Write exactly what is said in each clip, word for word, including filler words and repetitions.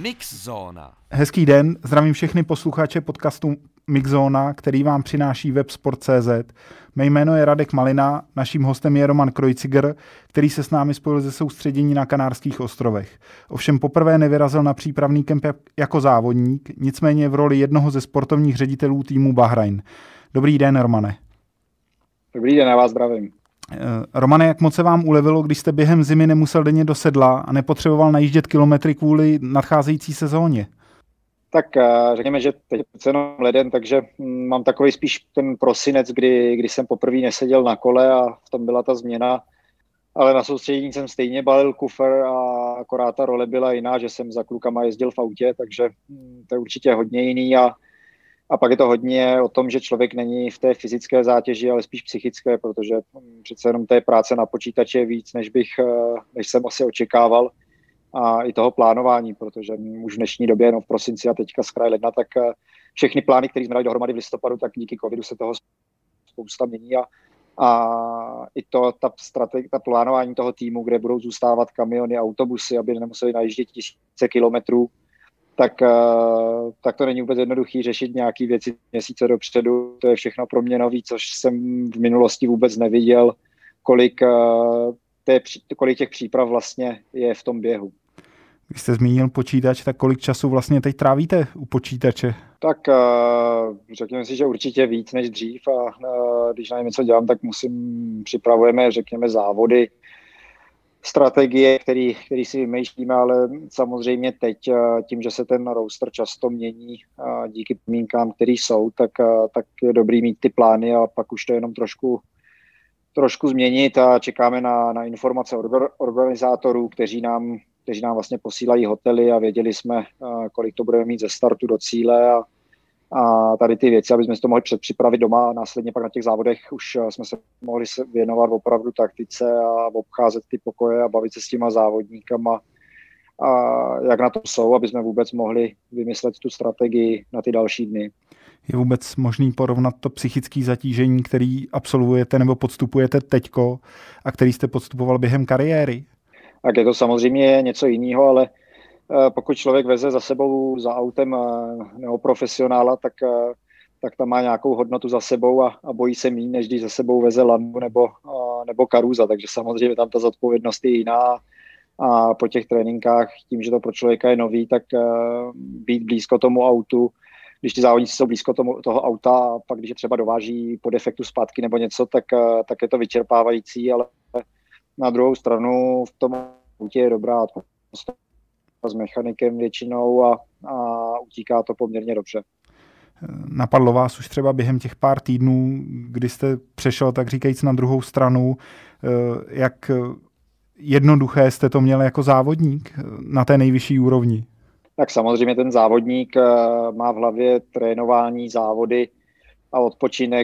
Mixzóna. Hezký den, zdravím všechny posluchače podcastu Mixzóna, který vám přináší web sport tečka cé zet. Mé jméno je Radek Malina, naším hostem je Roman Kreuziger, který se s námi spojil ze soustředění na Kanárských ostrovech. Ovšem poprvé nevyrazil na přípravný kemp jako závodník, nicméně v roli jednoho ze sportovních ředitelů týmu Bahrain. Dobrý den, Romane. Dobrý den, já vás zdravím. Romane, jak moc se vám ulevilo, když jste během zimy nemusel denně do sedla a nepotřeboval najíždět kilometry kvůli nadcházející sezóně? Tak řekněme, že teď je jenom leden, takže mám takový spíš ten prosinec, kdy, kdy jsem poprvé neseděl na kole a v tom byla ta změna. Ale na soustředění jsem stejně balil kufr a akorát ta role byla jiná, že jsem za klukama jezdil v autě, takže to je určitě hodně jiný. A, a pak je to hodně o tom, že člověk není v té fyzické zátěži, ale spíš psychické, protože přece jenom té práce na počítači je víc, než, bych, než jsem asi očekával. A i toho plánování, protože už v dnešní době, no v prosinci a teďka z kraje ledna, tak všechny plány, které jsme dali dohromady v listopadu, tak díky covidu se toho spousta mění a, a i to, ta, strategi- ta plánování toho týmu, kde budou zůstávat kamiony, autobusy, aby nemuseli najíždět tisíce kilometrů, tak, tak to není vůbec jednoduchý řešit nějaké věci měsíce dopředu. To je všechno pro mě nový, což jsem v minulosti vůbec neviděl, kolik Té, kolik těch příprav vlastně je v tom běhu. Když jste zmínil počítač, tak kolik času vlastně teď trávíte u počítače? Tak řekněme si, že určitě víc než dřív a když nevím, co dělám, tak musím, připravujeme, řekněme, závody, strategie, který, který si vymýšlíme, ale samozřejmě teď tím, že se ten roster často mění díky podmínkám, které jsou, tak, tak je dobrý mít ty plány a pak už to jenom trošku trošku změnit a čekáme na, na informace od organizátorů, kteří nám, kteří nám vlastně posílají hotely a věděli jsme, kolik to budeme mít ze startu do cíle a, a tady ty věci, aby jsme si to mohli předpřipravit doma a následně pak na těch závodech už jsme se mohli se věnovat opravdu taktice a obcházet ty pokoje a bavit se s těma závodníkama a jak na to jsou, aby jsme vůbec mohli vymyslet tu strategii na ty další dny. Je vůbec možný porovnat to psychické zatížení, který absolvujete nebo podstupujete teďko a který jste podstupoval během kariéry? Tak je to samozřejmě něco jiného, ale pokud člověk veze za sebou za autem neoprofesionála, tak, tak tam má nějakou hodnotu za sebou a, a bojí se míň, než když za sebou veze Landu nebo, nebo Karuza, takže samozřejmě tam ta zodpovědnost je jiná a po těch tréninkách, tím, že to pro člověka je nový, tak být blízko tomu autu, když ty závodníci jsou blízko tomu, toho auta a pak když je třeba dováží po defektu zpátky nebo něco, tak, tak je to vyčerpávající, ale na druhou stranu v tom autě je dobrá atmosféra s mechanikem většinou a, a utíká to poměrně dobře. Napadlo vás už třeba během těch pár týdnů, kdy jste přešel, tak říkajíc, na druhou stranu, jak jednoduché jste to měl jako závodník na té nejvyšší úrovni? Tak samozřejmě ten závodník má v hlavě trénování, závody a odpočinek.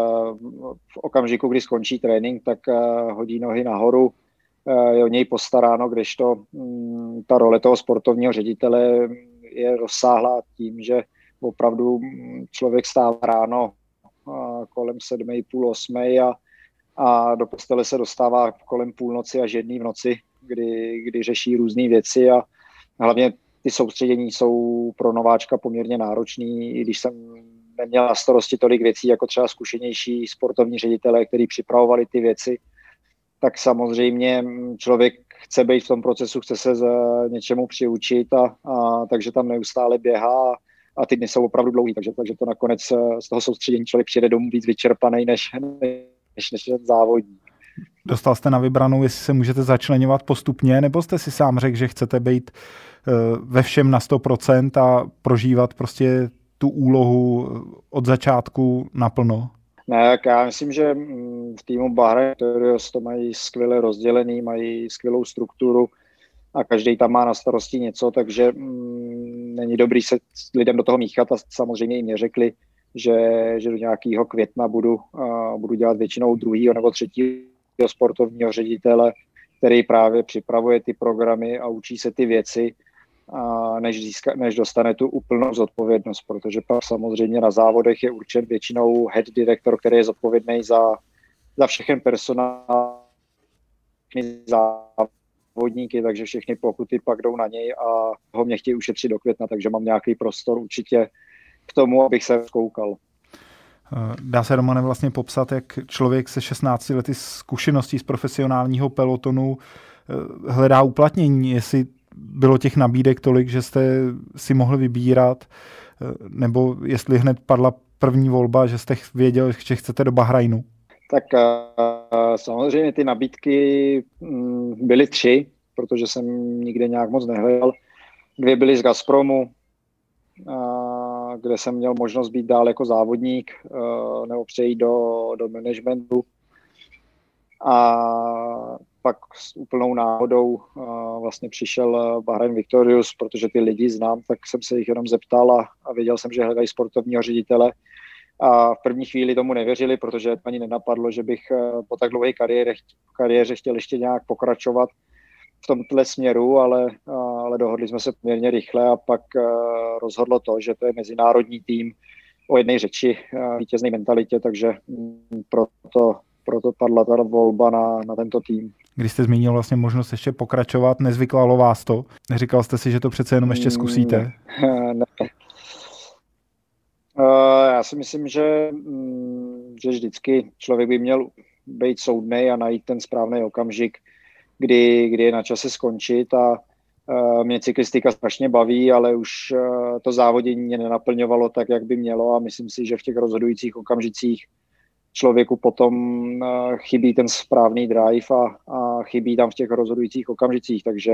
V okamžiku, kdy skončí trénink, tak hodí nohy nahoru, je o něj postaráno, kdežto ta role toho sportovního ředitele je rozsáhlá tím, že opravdu člověk stává ráno kolem sedmé, půl osmé a, a do postele se dostává kolem půlnoci až jedný v noci, kdy, kdy řeší různé věci a hlavně ty soustředění jsou pro nováčka poměrně náročný, i když jsem neměl na starosti tolik věcí, jako třeba zkušenější sportovní ředitelé, kteří připravovali ty věci, tak samozřejmě člověk chce být v tom procesu, chce se něčemu přiučit a, a takže tam neustále běhá a ty dny jsou opravdu dlouhý, takže, takže to nakonec z toho soustředění člověk přijede domů víc vyčerpaný než, než, než ten závodník. Dostal jste na vybranou, jestli se můžete začleňovat postupně, nebo jste si sám řekl, že chcete být ve všem na sto procent a prožívat prostě tu úlohu od začátku naplno? Ne, já myslím, že v týmu Bahrain to mají skvěle rozdělený, mají skvělou strukturu a každý tam má na starosti něco, takže mm, není dobrý se lidem do toho míchat a samozřejmě jim neřekli, že, že do nějakého května budu, uh, budu dělat většinou druhýho nebo třetího sportovního ředitele, který právě připravuje ty programy a učí se ty věci, a než, získa, než dostane tu úplnou zodpovědnost, protože pak samozřejmě na závodech je určen většinou head director, který je zodpovědný za, za všechen personál závody závodníky, takže všechny pokuty pak jdou na něj a ho mě chtějí ušetřit do května, takže mám nějaký prostor určitě k tomu, abych se zkoukal. Dá se, Romane, vlastně popsat, jak člověk se šestnácti lety zkušeností z profesionálního pelotonu hledá uplatnění, jestli bylo těch nabídek tolik, že jste si mohli vybírat, nebo jestli hned padla první volba, že jste věděl, že chcete do Bahrajnu? Tak samozřejmě ty nabídky byly tři, protože jsem nikde nějak moc nehledal. Dvě byly z Gazpromu, kde jsem měl možnost být dál jako závodník nebo přejít do, do managementu. A pak s úplnou náhodou vlastně přišel Bahrain Victorious, protože ty lidi znám, tak jsem se jich jenom zeptal a, a věděl jsem, že hledají sportovního ředitele. A v první chvíli tomu nevěřili, protože ani nenapadlo, že bych po tak dlouhé kariéře, kariéře chtěl ještě nějak pokračovat v tomhle směru, ale, ale dohodli jsme se poměrně rychle a pak rozhodlo to, že to je mezinárodní tým o jedné řeči, vítězné mentalitě, takže proto, proto padla ta volba na, na tento tým. Když jste zmínil vlastně možnost ještě pokračovat, nezvyklalo vás to? Neříkal jste si, že to přece jenom ještě zkusíte? Ne. Já si myslím, že, že vždycky člověk by měl být soudnej a najít ten správný okamžik, kdy, kdy je na čase skončit a mě cyklistika strašně baví, ale už to závodění mě nenaplňovalo tak, jak by mělo a myslím si, že v těch rozhodujících okamžicích člověku potom chybí ten správný drive a, a chybí tam v těch rozhodujících okamžicích, takže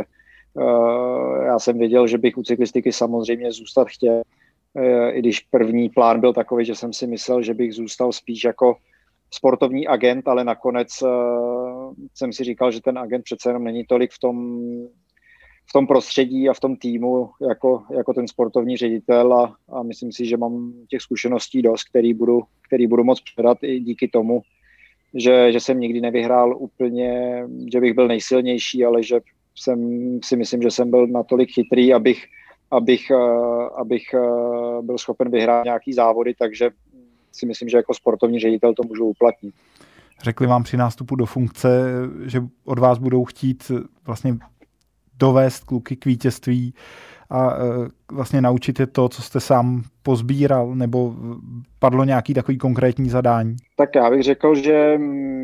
já jsem věděl, že bych u cyklistiky samozřejmě zůstat chtěl, i když první plán byl takový, že jsem si myslel, že bych zůstal spíš jako sportovní agent, ale nakonec jsem si říkal, že ten agent přece jenom není tolik v tom, v tom prostředí a v tom týmu jako, jako ten sportovní ředitel a, a myslím si, že mám těch zkušeností dost, který budu, který budu moct předat i díky tomu, že, že jsem nikdy nevyhrál úplně, že bych byl nejsilnější, ale že jsem si myslím, že jsem byl natolik chytrý, abych abych, abych byl schopen vyhrát nějaký závody, takže si myslím, že jako sportovní ředitel to můžu uplatnit. Řekli vám při nástupu do funkce, že od vás budou chtít vlastně dovést kluky k vítězství a vlastně naučit je to, co jste sám pozbíral, nebo padlo nějaký takový konkrétní zadání? Tak já bych řekl, že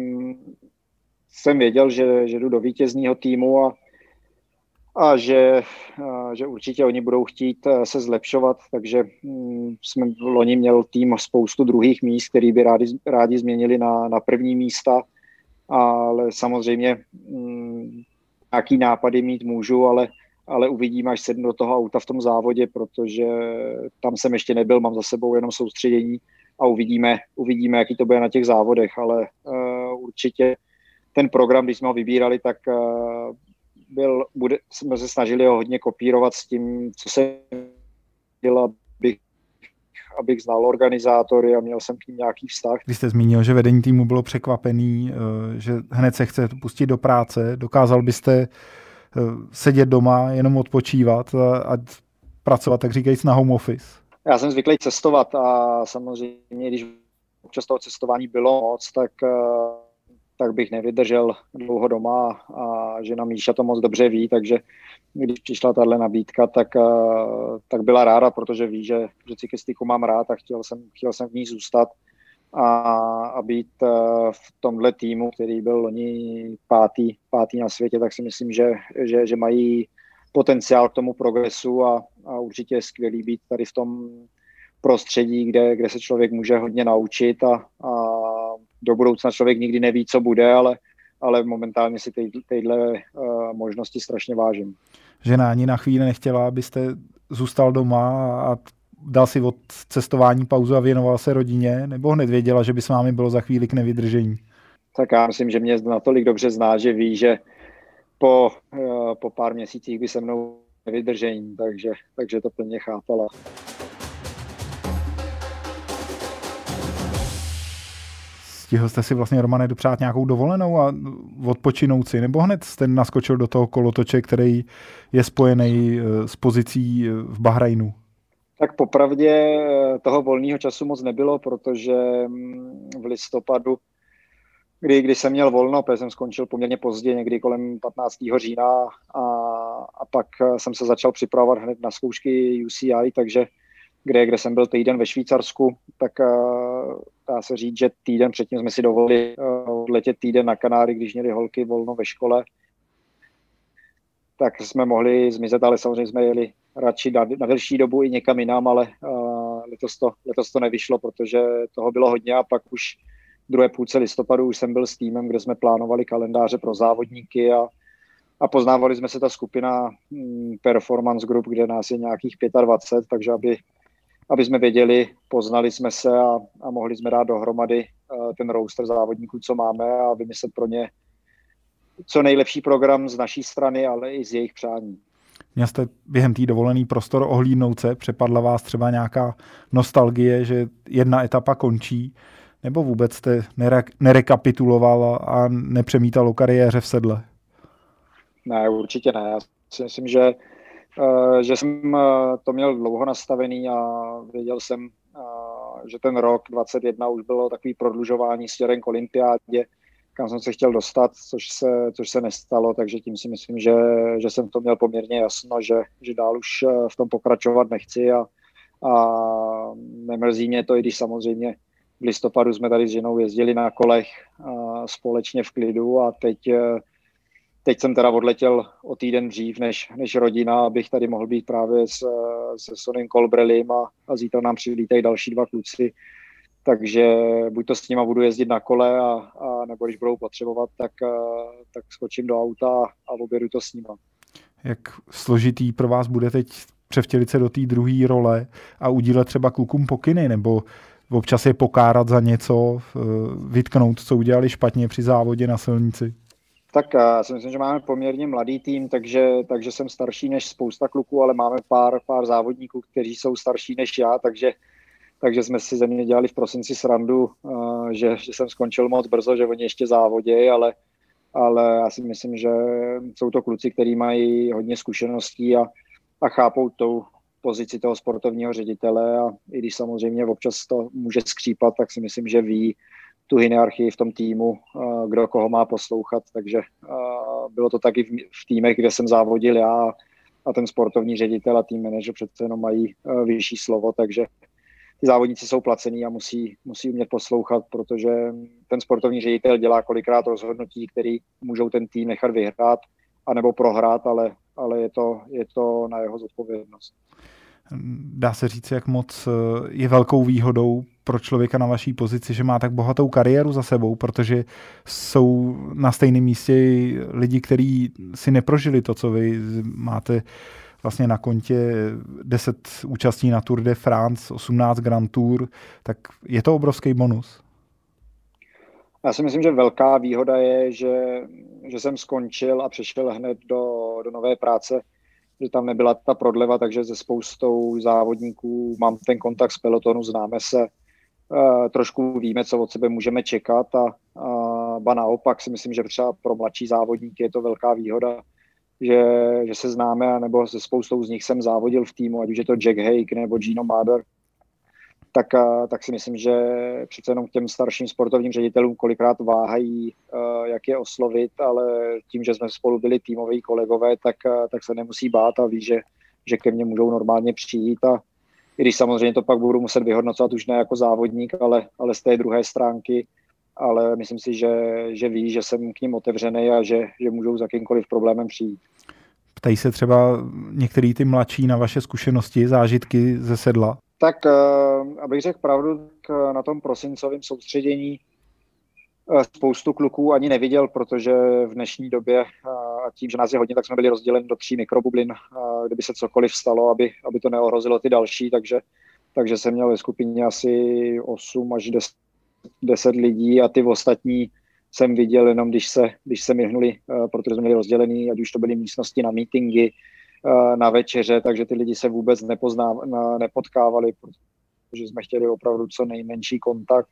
jsem věděl, že, že jdu do vítězního týmu a a že, a že určitě oni budou chtít se zlepšovat, takže hm, jsme v loni měl tým spoustu druhých míst, který by rádi, rádi změnili na, na první místa, ale samozřejmě hm, nějaký nápady mít můžu, ale, ale uvidím, až sednu do toho auta v tom závodě, protože tam jsem ještě nebyl, mám za sebou jenom soustředění a uvidíme, uvidíme, jaký to bude na těch závodech, ale uh, určitě ten program, když jsme ho vybírali, tak uh, Byl, bude, jsme se snažili ho hodně kopírovat s tím, co se dělal, abych, abych znal organizátory a měl jsem k ním nějaký vztah. Když jste zmínil, že vedení týmu bylo překvapený, že hned se chce pustit do práce, dokázal byste sedět doma, jenom odpočívat a, a pracovat, tak říkajíc, na home office? Já jsem zvyklý cestovat a samozřejmě, když občas toho cestování bylo moc, tak tak bych nevydržel dlouho doma a žena Míša to moc dobře ví, takže když přišla tahle nabídka, tak, tak byla ráda, protože ví, že, že cyklistiku mám rád a chtěl jsem, chtěl jsem v ní zůstat a, a být v tomhle týmu, který byl loni pátý, pátý na světě, tak si myslím, že, že, že mají potenciál k tomu progresu a, a určitě je skvělý být tady v tom prostředí, kde, kde se člověk může hodně naučit a, a do budoucna člověk nikdy neví, co bude, ale, ale momentálně si téhle uh, možnosti strašně vážím. Žena ani na chvíli nechtěla, abyste zůstal doma a dal si od cestování pauzu a věnoval se rodině, nebo hned věděla, že by s vámi bylo za chvíli k nevydržení? Tak já myslím, že mě natolik dobře zná, že ví, že po, uh, po pár měsících by se mnou nevydržení, takže, takže to plně chápala. Stihl jste si vlastně, Romane, dopřát nějakou dovolenou a odpočinout si, nebo hned jste naskočil do toho kolotoče, který je spojený s pozicí v Bahrajnu? Tak popravdě toho volného času moc nebylo, protože v listopadu kdy, kdy jsem měl volno, protože jsem skončil poměrně pozdě, někdy kolem patnáctého října a, a pak jsem se začal připravovat hned na zkoušky U C I, takže kde, kde jsem byl týden ve Švýcarsku, tak uh, dá se říct, že týden předtím jsme si dovolili uh, odletět týden na Kanáry, když měli holky volno ve škole, tak jsme mohli zmizet, ale samozřejmě jsme jeli radši na, na delší dobu i někam jinam, ale uh, letos, to, letos to nevyšlo, protože toho bylo hodně a pak už v druhé půlce listopadu už jsem byl s týmem, kde jsme plánovali kalendáře pro závodníky a, a poznávali jsme se ta skupina mm, Performance Group, kde nás je nějakých dvacet pět, takže aby, aby jsme věděli, poznali jsme se a, a mohli jsme dát dohromady uh, ten roster závodníků, co máme a vymyslet pro ně co nejlepší program z naší strany, ale i z jejich přání. Měl jste během té dovolený prostor ohlídnout se? Přepadla vás třeba nějaká nostalgie, že jedna etapa končí? Nebo vůbec jste nere- nerekapituloval a nepřemítal o kariéře v sedle? Ne, určitě ne. Já si myslím, že, uh, že jsem uh, to měl dlouho nastavený a věděl jsem, uh, že ten rok dvacet jedna už bylo takový prodlužování směrem k olympiádě, kam jsem se chtěl dostat, což se, což se nestalo, takže tím si myslím, že, že jsem to měl poměrně jasno, že, že dál už v tom pokračovat nechci a, a nemrzí mě to, i když samozřejmě v listopadu jsme tady s ženou jezdili na kolech a společně v klidu a teď, teď jsem teda odletěl o týden dřív než, než rodina, abych tady mohl být právě s, se Sonem Colbrellim a, a zítra nám přilítají další dva kluci. Takže buď to s nima budu jezdit na kole, a, a nebo když budou potřebovat, tak, tak skočím do auta a objedu to s nima. Jak složitý pro vás bude teď převtělit se do té druhé role a udílet třeba klukům pokyny, nebo občas je pokárat za něco, vytknout, co udělali špatně při závodě na silnici? Tak já si myslím, že máme poměrně mladý tým, takže, takže jsem starší než spousta kluků, ale máme pár, pár závodníků, kteří jsou starší než já, takže Takže jsme si ze mě dělali v prosinci srandu, že, že jsem skončil moc brzo, že oni ještě závodějí, ale, ale já si myslím, že jsou to kluci, kteří mají hodně zkušeností a, a chápou tou pozici toho sportovního ředitele a i když samozřejmě občas to může skřípat, tak si myslím, že ví tu hierarchii v tom týmu, kdo koho má poslouchat, takže bylo to taky v týmech, kde jsem závodil já a ten sportovní ředitel a tým manažer přece jenom mají vyšší slovo, takže ty závodníci jsou placení a musí, musí umět poslouchat, protože ten sportovní ředitel dělá kolikrát rozhodnutí, který můžou ten tým nechat vyhrát anebo prohrát, ale, ale je to, je to na jeho zodpovědnost. Dá se říct, jak moc je velkou výhodou pro člověka na vaší pozici, že má tak bohatou kariéru za sebou, protože jsou na stejném místě lidi, kteří si neprožili to, co vy máte vlastně na kontě deset účastí na Tour de France, osmnáct Grand Tour, tak je to obrovský bonus. Já si myslím, že velká výhoda je, že, že jsem skončil a přešel hned do, do nové práce, že tam nebyla ta prodleva, takže se spoustou závodníků mám ten kontakt s pelotonu, známe se, uh, trošku víme, co od sebe můžeme čekat a, a ba naopak si myslím, že třeba pro mladší závodníky je to velká výhoda, Že, že se známe, nebo se spoustou z nich jsem závodil v týmu, ať už je to Jack Haig nebo Gino Mader, tak, tak si myslím, že přece jenom k těm starším sportovním ředitelům kolikrát váhají, jak je oslovit, ale tím, že jsme spolu byli týmoví kolegové, tak, tak se nemusí bát a ví, že, že ke mně můžou normálně přijít a i když samozřejmě to pak budu muset vyhodnocovat už ne jako závodník, ale, ale z té druhé stránky, ale myslím si, že, že ví, že jsem k nim otevřený a že, že můžou s jakýmkoliv problémem přijít. Ptají se třeba některý ty mladší na vaše zkušenosti, zážitky ze sedla? Tak, abych řekl pravdu, na tom prosincovém soustředění spoustu kluků ani neviděl, protože v dnešní době, a tím, že nás je hodně, tak jsme byli rozděleni do tří mikrobublin, kdyby se cokoliv stalo, aby, aby to neohrozilo ty další, takže, takže jsem měl ve skupině asi osm až deset lidí a ty ostatní jsem viděl jenom, když se, když se myhnuli, protože jsme měli rozdělený, ať už to byly místnosti na meetingy, na večeře, takže ty lidi se vůbec nepozná, nepotkávali, protože jsme chtěli opravdu co nejmenší kontakt,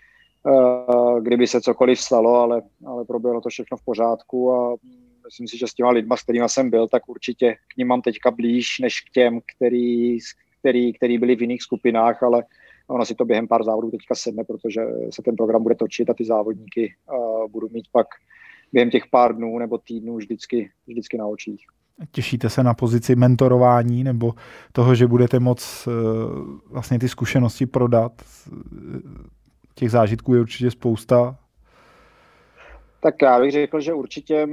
kdyby se cokoliv stalo, ale, ale proběhlo to všechno v pořádku a myslím si, že s těma lidma, s kterými jsem byl, tak určitě k nim mám teďka blíž, než k těm, který, který, který byli v jiných skupinách, ale ono si to během pár závodů teďka sedne, protože se ten program bude točit a ty závodníky uh, budu mít pak během těch pár dnů nebo týdnů vždycky, vždycky na očích. Těšíte se na pozici mentorování nebo toho, že budete moc vlastně ty zkušenosti prodat? Těch zážitků je určitě spousta. Tak já bych řekl, že určitě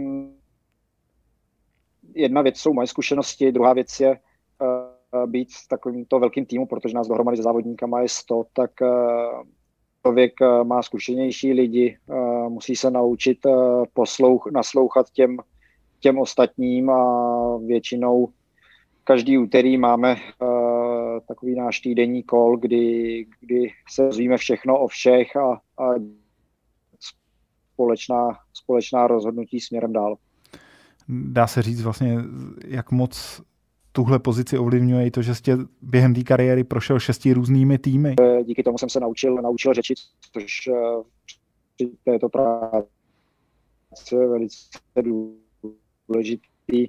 jedna věc jsou moje zkušenosti, druhá věc je být v takovýmto velkým týmu, protože nás dohromady se závodníkama je sto, tak člověk má zkušenější lidi, musí se naučit poslouch, naslouchat těm, těm ostatním a většinou každý úterý máme takový náš týdenní call, kdy, kdy se dozvíme všechno o všech a, a společná, společná rozhodnutí směrem dál. Dá se říct vlastně, jak moc tuhle pozici ovlivňuje i to, že jste během té kariéry prošel šesti různými týmy? Díky tomu jsem se naučil, naučil řečit, což při této práci je velice důležitý,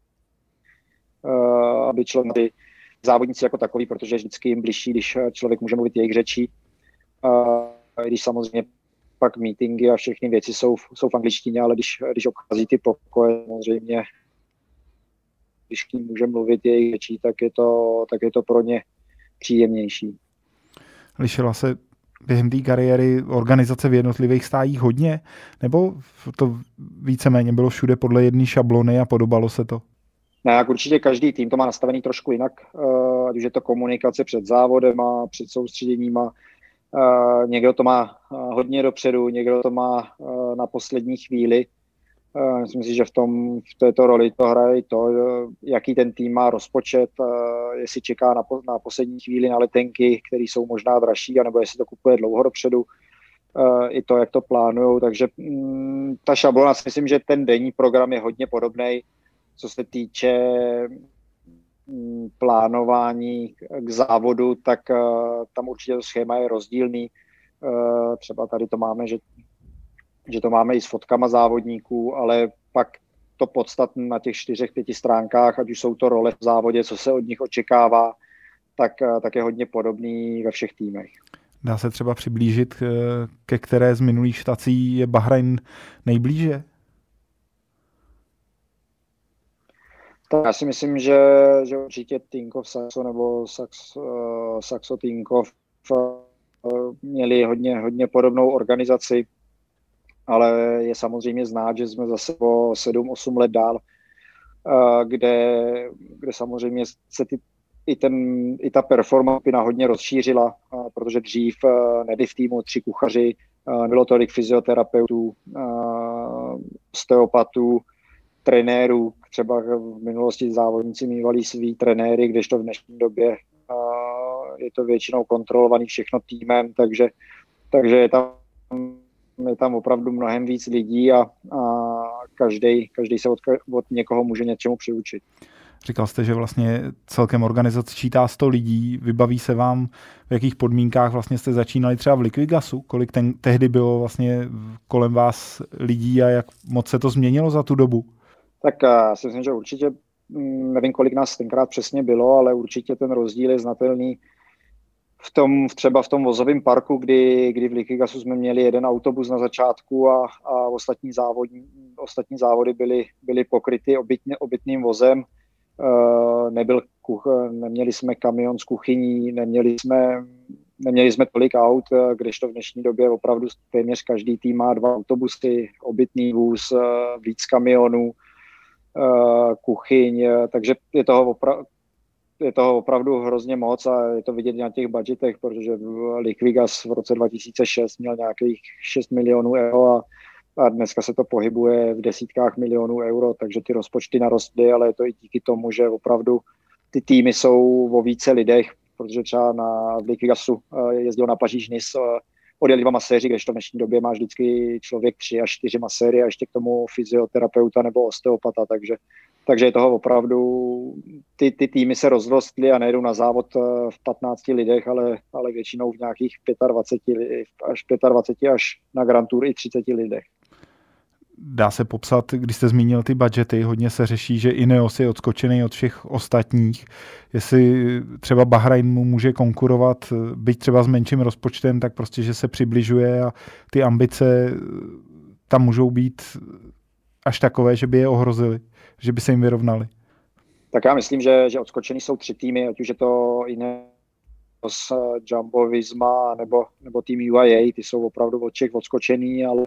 aby člověk, závodníci jako takový, protože je vždycky jim bližší, když člověk může mluvit jejich řečí. Když samozřejmě pak meetingy a všechny věci jsou, jsou v angličtině, ale když, když obchází ty pokoje, samozřejmě, když k ním může mluvit jejich řečí, tak je to, tak je to pro ně příjemnější. Lišila se během té kariéry organizace v jednotlivých stájích hodně? Nebo to víceméně bylo všude podle jedné šablony a podobalo se to? Ne, jak určitě každý tým to má nastavený trošku jinak, ať už je to komunikace před závodem a před soustředěníma. Někdo to má hodně dopředu, někdo to má na poslední chvíli. Myslím si, že v, tom, v této roli to hraje to, jaký ten tým má rozpočet, jestli čeká na, na poslední chvíli na letenky, které jsou možná dražší, anebo jestli to kupuje dlouho dopředu, i to, jak to plánujou. Takže mm, ta šablona, si myslím, že ten denní program je hodně podobný, co se týče mm, plánování k závodu, tak uh, tam určitě to schéma je rozdílný. Uh, třeba tady to máme, že že to máme i s fotkama závodníků, ale pak to podstatné na těch čtyřech, pěti stránkách, ať už jsou to role v závodě, co se od nich očekává, tak, tak je hodně podobný ve všech týmech. Dá se třeba přiblížit, ke které z minulých štací je Bahrajn nejblíže? Tak já si myslím, že, že určitě Tinkoff Saxo nebo Saxo, Saxo Tinkoff měli hodně, hodně podobnou organizaci, ale je samozřejmě znát, že jsme zase o sedm osm let dál, kde, kde samozřejmě se ty, i, ten, i ta performance hodně rozšířila, protože dřív nebyli v týmu tři kuchaři, bylo tolik fyzioterapeutů, osteopatů, trenérů, třeba v minulosti závodníci mívali svý trenéry, kdežto v dnešní době je to většinou kontrolovaný všechno týmem, takže, takže je tam je tam opravdu mnohem víc lidí a, a každý, každý se od, od někoho může něčemu přiučit. Říkal jste, že vlastně celkem organizace čítá sto lidí. Vybaví se vám, v jakých podmínkách vlastně jste začínali třeba v Liquigasu? Kolik ten, tehdy bylo vlastně kolem vás lidí a jak moc se to změnilo za tu dobu? Tak já si myslím, že určitě, nevím, kolik nás tenkrát přesně bylo, ale určitě ten rozdíl je znatelný. V tom, třeba v tom vozovém parku, kdy, kdy v Liquigasu jsme měli jeden autobus na začátku a, a ostatní, závodní, ostatní závody byly, byly pokryty obytně, obytným vozem. E, nebyl kuch, neměli jsme kamion s kuchyní, neměli jsme, neměli jsme tolik aut, kdežto v dnešní době opravdu téměř každý tým má dva autobusy, obytný vůz, víc kamionů, e, kuchyň, takže je toho opravdu Je toho opravdu hrozně moc a je to vidět na těch budgetech, protože Liquigas v roce dva tisíce šest měl nějakých šest milionů euro a, a dneska se to pohybuje v desítkách milionů euro, takže ty rozpočty narostly, ale je to i díky tomu, že opravdu ty týmy jsou o více lidech, protože třeba na Liquigasu jezdil na Paříž-Nice, odjeli dva maséři, kdežto v dnešní době má vždycky člověk tři až čtyři maséry a ještě k tomu fyzioterapeuta nebo osteopata, takže Takže je toho opravdu, ty, ty týmy se rozrostly a nejedou na závod v patnácti lidech, ale, ale většinou v nějakých dvaceti pěti až dvaceti pěti až na Grand Tour i třiceti lidech. Dá se popsat, když jste zmínil ty budgety, hodně se řeší, že Ineos je odskočený od všech ostatních. Jestli třeba Bahrajn mu může konkurovat, byť třeba s menším rozpočtem, tak prostě, že se přibližuje a ty ambice tam můžou být až takové, že by je ohrozili, že by se jim vyrovnali? Tak já myslím, že, že odskočený jsou tři týmy, ať už je to Ineos, Jumbo Visma nebo, nebo tým U A E, ty jsou opravdu od všech odskočený, ale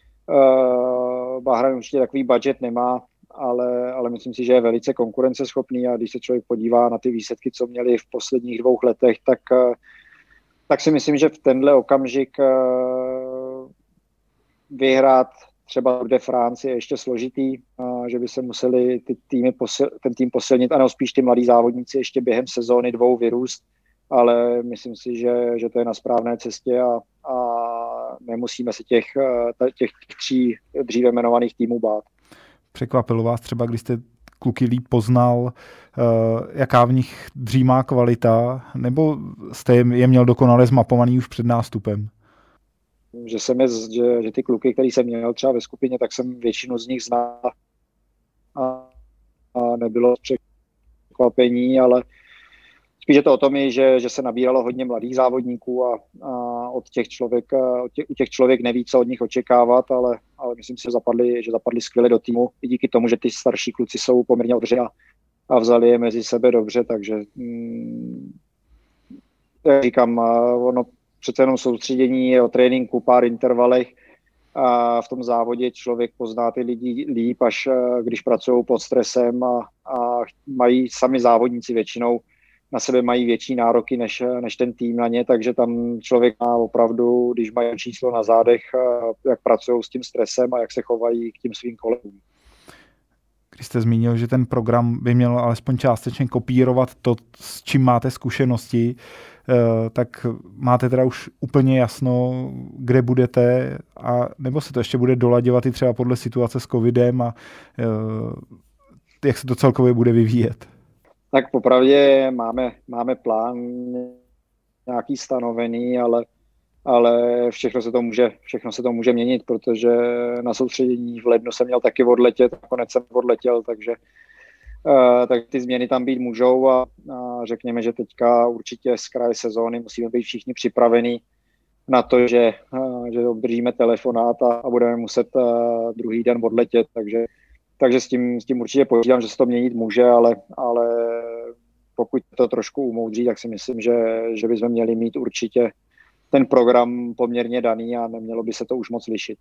uh, Bahrain určitě takový budget nemá, ale, ale myslím si, že je velice konkurenceschopný a když se člověk podívá na ty výsledky, co měli v posledních dvou letech, tak, uh, tak si myslím, že v tenhle okamžik uh, vyhrát třeba Tour de France je ještě složitý, že by se museli ty týmy posil, ten tým posilnit a spíš ty mladí závodníci ještě během sezóny dvou vyrůst, ale myslím si, že, že to je na správné cestě a, a nemusíme se těch, těch tří dříve jmenovaných týmů bát. Překvapilo vás třeba, když jste kluky líp poznal, jaká v nich dřímá kvalita, nebo jste je měl dokonale zmapovaný už před nástupem? Že, jsem je, že, že ty kluky, který jsem měl třeba ve skupině, tak jsem většinu z nich znal a, a nebylo překvapení, ale spíš je to o tom, že, že se nabíralo hodně mladých závodníků a, a od těch člověk, od těch, u těch člověk neví, co od nich očekávat, ale, ale myslím si, že zapadli, že zapadli skvěle do týmu i díky tomu, že ty starší kluci jsou poměrně odřeli a, a vzali je mezi sebe dobře, takže mm, jak říkám, ono přece jenom soustředění o tréninku, pár intervalech a v tom závodě člověk pozná ty lidi líp, až když pracují pod stresem a, a mají sami závodníci většinou na sebe mají větší nároky než, než ten tým na ně, takže tam člověk má opravdu, když mají číslo na zádech, jak pracují s tím stresem a jak se chovají k tím svým kolegům. Když jste zmínil, že ten program by měl alespoň částečně kopírovat to, s čím máte zkušenosti, tak máte teda už úplně jasno, kde budete, a nebo se to ještě bude dolaďovat i třeba podle situace s covidem a jak se to celkově bude vyvíjet? Tak popravdě máme, máme plán nějaký stanovený, ale, ale všechno se to může, všechno se to může měnit, protože na soustředění v lednu jsem měl taky odletět, nakonec jsem odletěl, takže uh, tak ty změny tam být můžou a, a řekněme, že teďka určitě z kraje sezóny musíme být všichni připravení na to, že, uh, že obdržíme telefonát a, a budeme muset uh, druhý den odletět, takže Takže s tím, s tím určitě počítám, že se to měnit může, ale, ale pokud to trošku umoudří, tak si myslím, že, že bychom měli mít určitě ten program poměrně daný a nemělo by se to už moc lišit.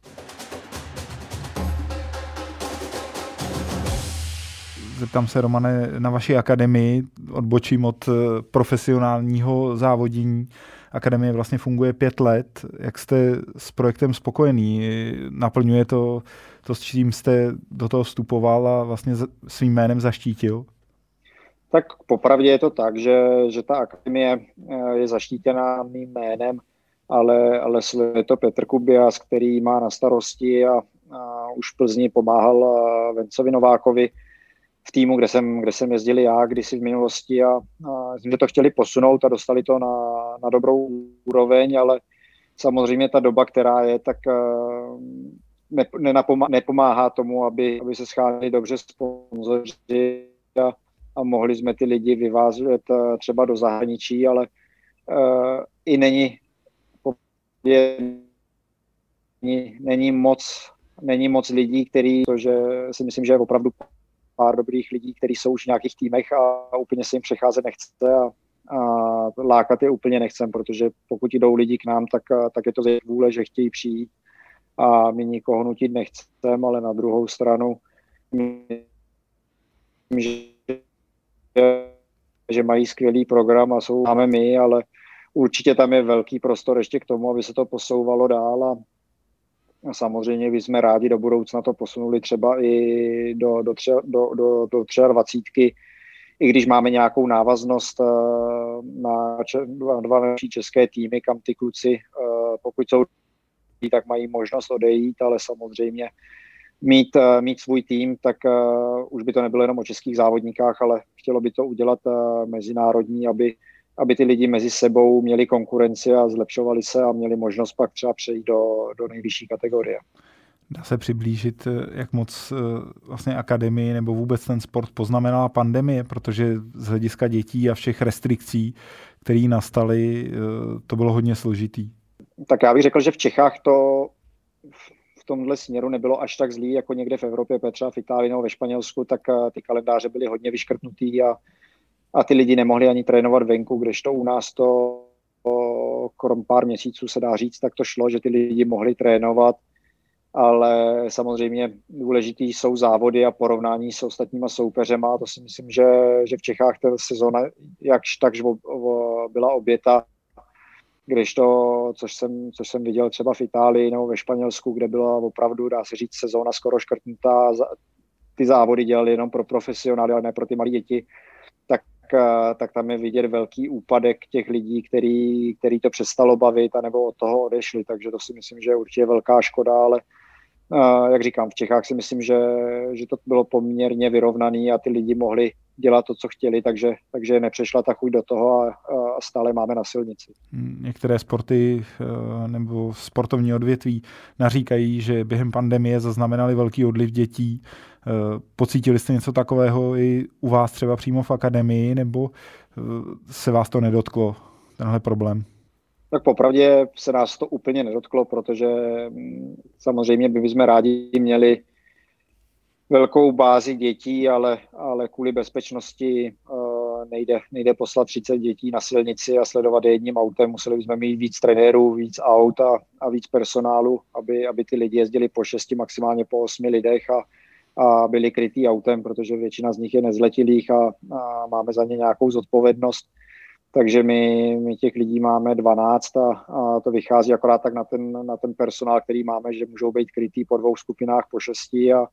Zeptám se, Romane, na vaší akademii, odbočím od profesionálního závodění. Akademie vlastně funguje pět let. Jak jste s projektem spokojený? Naplňuje to, to, s čím jste do toho vstupoval a vlastně svým jménem zaštítil? Tak popravdě je to tak, že, že ta akademie je zaštítěná mým jménem, ale, ale je to Petr Kubias, který má na starosti a, a už v Plzni pomáhal Vencovi Novákovi v týmu, kde jsem, kde jsem jezdil já kdysi v minulosti a, a myslím, že to chtěli posunout a dostali to na, na dobrou úroveň, ale samozřejmě ta doba, která je, tak ne, nenapomá, nepomáhá tomu, aby, aby se schánili dobře sponzoři a, a mohli jsme ty lidi vyvázet třeba do zahraničí, ale uh, i není, je, není, není moc není moc lidí, který, to, že si myslím, že je opravdu pár dobrých lidí, kteří jsou už v nějakých týmech a úplně se jim přecházet nechce a, a lákat je úplně nechcem, protože pokud jdou lidi k nám, tak, tak je to ze vůle, že chtějí přijít a my nikoho nutit nechcem, ale na druhou stranu že, že mají skvělý program a jsou máme my, ale určitě tam je velký prostor ještě k tomu, aby se to posouvalo dál a A samozřejmě bychom rádi do budoucna to posunuli třeba i do, do, tře, do, do, do dvacítky, i když máme nějakou návaznost na dva další české týmy, kam ty kluci, pokud jsou, tak mají možnost odejít, ale samozřejmě mít, mít svůj tým, tak už by to nebylo jenom o českých závodníkách, ale chtělo by to udělat mezinárodní, aby aby ty lidi mezi sebou měli konkurenci a zlepšovali se a měli možnost pak třeba přejít do, do nejvyšší kategorie. Dá se přiblížit, jak moc vlastně akademii nebo vůbec ten sport poznamenala pandemie, protože z hlediska dětí a všech restrikcí, které nastaly, to bylo hodně složitý. Tak já bych řekl, že v Čechách to v tomhle směru nebylo až tak zlý jako někde v Evropě, třeba v Itálii nebo ve Španělsku, tak ty kalendáře byly hodně vyškrtnutý a, a ty lidi nemohli ani trénovat venku, kdežto u nás to krom pár měsíců se dá říct, tak to šlo, že ty lidi mohli trénovat, ale samozřejmě důležitý jsou závody a porovnání s ostatníma soupeřema. To si myslím, že, že v Čechách ta sezóna jakž takž byla oběta, kdežto, což jsem, což jsem viděl třeba v Itálii nebo ve Španělsku, kde byla opravdu, dá se říct, sezóna skoro škrtnutá. Ty závody dělali jenom pro profesionály, ale ne pro ty malé děti. Tak, tak tam je vidět velký úpadek těch lidí, který, který to přestalo bavit anebo od toho odešli. Takže to si myslím, že je určitě velká škoda, ale jak říkám, v Čechách si myslím, že, že to bylo poměrně vyrovnaný a ty lidi mohli dělat to, co chtěli, takže, takže nepřešla ta chuť do toho a, a stále máme na silnici. Některé sporty nebo sportovní odvětví naříkají, že během pandemie zaznamenali velký odliv dětí. Pocítili jste něco takového i u vás třeba přímo v akademii, nebo se vás to nedotklo, tenhle problém? Tak popravdě se nás to úplně nedotklo, protože samozřejmě by jsme rádi měli velkou bázi dětí, ale, ale kvůli bezpečnosti uh, nejde, nejde poslat třicet dětí na silnici a sledovat jedním autem. Museli bychom mít víc trenérů, víc aut a, a víc personálu, aby, aby ty lidi jezdili po šesti, maximálně po osmi lidech a, a byli krytý autem, protože většina z nich je nezletilých a, a máme za ně nějakou zodpovědnost. Takže my, my těch lidí máme dvanáct a, a to vychází akorát tak na ten, na ten personál, který máme, že můžou být krytý po dvou skupinách, po šesti a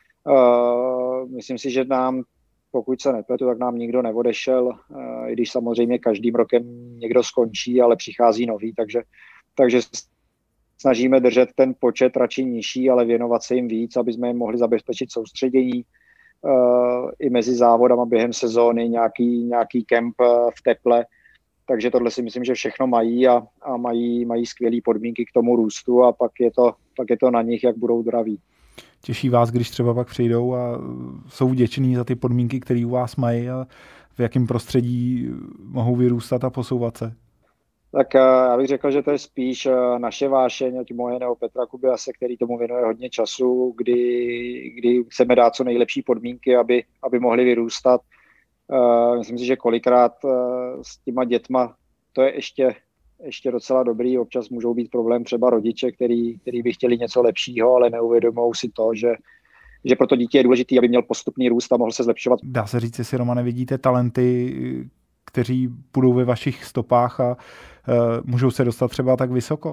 uh, myslím si, že nám, pokud se nepletu, tak nám nikdo neodešel, uh, i když samozřejmě každým rokem někdo skončí, ale přichází nový, takže, takže snažíme držet ten počet radši nižší, ale věnovat se jim víc, aby jsme jim mohli zabezpečit soustředění, Uh, i mezi závodama během sezóny, nějaký, nějaký kemp uh, v teple. Takže tohle si myslím, že všechno mají a, a mají, mají skvělé podmínky k tomu růstu a pak je, to, pak je to na nich, jak budou zdraví. Těší vás, když třeba pak přijdou a jsou vděční za ty podmínky, které u vás mají a v jakém prostředí mohou vyrůstat a posouvat se? Tak uh, já bych řekl, že to je spíš uh, naše vášeň, ať moje nebo Petra Kubiase, který tomu věnuje hodně času, kdy, kdy chceme dát co nejlepší podmínky, aby, aby mohli vyrůstat. Uh, myslím si, že kolikrát uh, s těma dětma to je ještě, ještě docela dobrý. Občas můžou být problém třeba rodiče, který, který by chtěli něco lepšího, ale neuvědomují si to, že, že pro to dítě je důležité, aby měl postupný růst a mohl se zlepšovat. Dá se říct, jestli, Romane, vidíte talenty, kteří budou ve vašich stopách a uh, můžou se dostat třeba tak vysoko?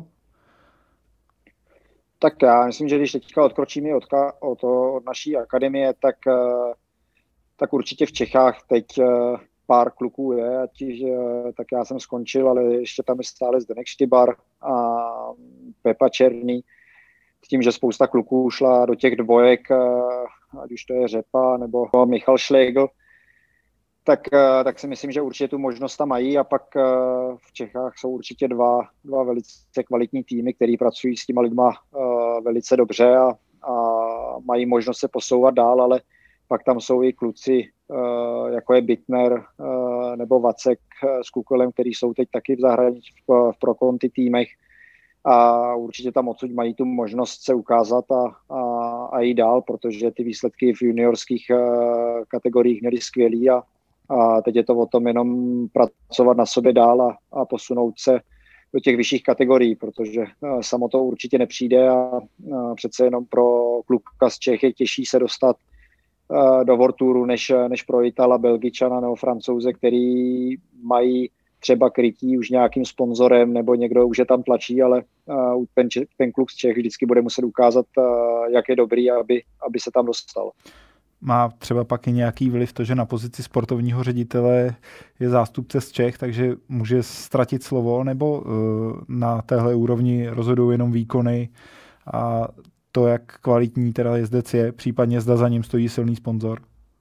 Tak já myslím, že když teďka odkročíme od, od, od naší akademie, tak, uh, tak určitě v Čechách teď uh, pár kluků je, ať, uh, tak já jsem skončil, ale ještě tam je stále Zdeněk Štybar a Pepa Černý. S tím, že spousta kluků šla do těch dvojek, uh, ať už to je Řepa nebo Michal Šlegl, Tak, tak si myslím, že určitě tu možnost tam mají a pak v Čechách jsou určitě dva, dva velice kvalitní týmy, který pracují s těma lidma velice dobře a, a mají možnost se posouvat dál, ale pak tam jsou i kluci, jako je Bittner nebo Vacek s Kukolem, který jsou teď taky v zahraničí v, v pro-konti týmech a určitě tam odsud mají tu možnost se ukázat a, a, a jít dál, protože ty výsledky v juniorských kategoriích měly skvělý a A teď je to o tom jenom pracovat na sobě dál a, a posunout se do těch vyšších kategorií, protože uh, samo to určitě nepřijde a uh, přece jenom pro kluka z Čech je těžší se dostat uh, do World Touru, než, než pro Itala, Belgičana nebo Francouze, který mají třeba krytí už nějakým sponzorem nebo někdo už je tam tlačí, ale uh, ten, ten kluk z Čech vždycky bude muset ukázat, uh, jak je dobrý, aby, aby se tam dostal. Má třeba pak i nějaký vliv to, že na pozici sportovního ředitele je zástupce z Čech, takže může ztratit slovo, nebo na téhle úrovni rozhodují jenom výkony a to, jak kvalitní teda jezdec je, případně zda za ním stojí silný sponzor?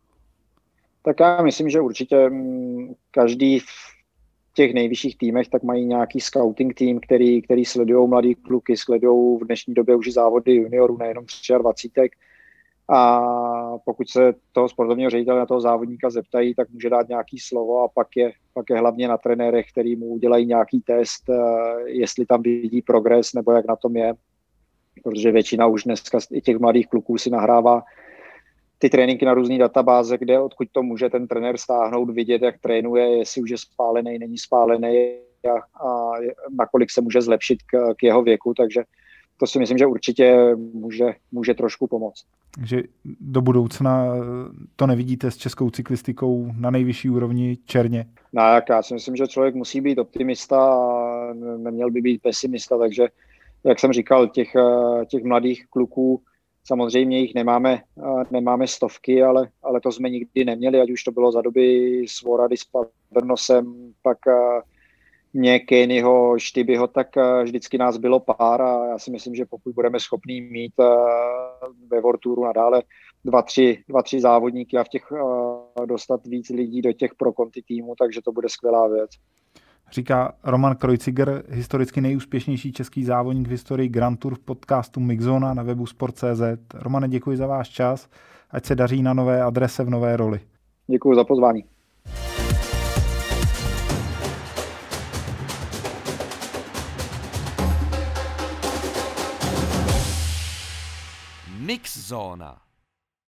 Tak já myslím, že určitě každý v těch nejvyšších týmech tak mají nějaký scouting tým, který, který sledují mladý kluky, sledují v dnešní době už závody juniorů, nejenom dvacet tři. A pokud se toho sportovního ředitele na toho závodníka zeptají, tak může dát nějaký slovo a pak je, pak je hlavně na trenérech, který mu udělají nějaký test, jestli tam vidí progres nebo jak na tom je. protože většina už dneska i těch mladých kluků si nahrává ty tréninky na různý databáze, kde odkud to může ten trenér stáhnout, vidět, jak trénuje, jestli už je spálený, není spálený a, a nakolik se může zlepšit k, k jeho věku, takže to si myslím, že určitě může, může trošku pomoct. Takže do budoucna to nevidíte s českou cyklistikou na nejvyšší úrovni černě? No, jak já si myslím, že člověk musí být optimista a neměl by být pesimista, takže jak jsem říkal, těch, těch mladých kluků, samozřejmě jich nemáme, nemáme stovky, ale, ale to jsme nikdy neměli, ať už to bylo za doby Svorady s Pavernosem, pak mě, Kennyho, Štybyho, tak vždycky nás bylo pár a já si myslím, že pokud budeme schopní mít ve World Touru nadále dva, tři, dva, tři závodníky a v těch dostat víc lidí do těch pro konti týmu, takže to bude skvělá věc. Říká Roman Kreuziger, historicky nejúspěšnější český závodník v historii Grand Tour v podcastu Mixzona na webu sport tečka cé zet. Romane, děkuji za váš čas, ať se daří na nové adrese v nové roli. Děkuji za pozvání. Mixzona.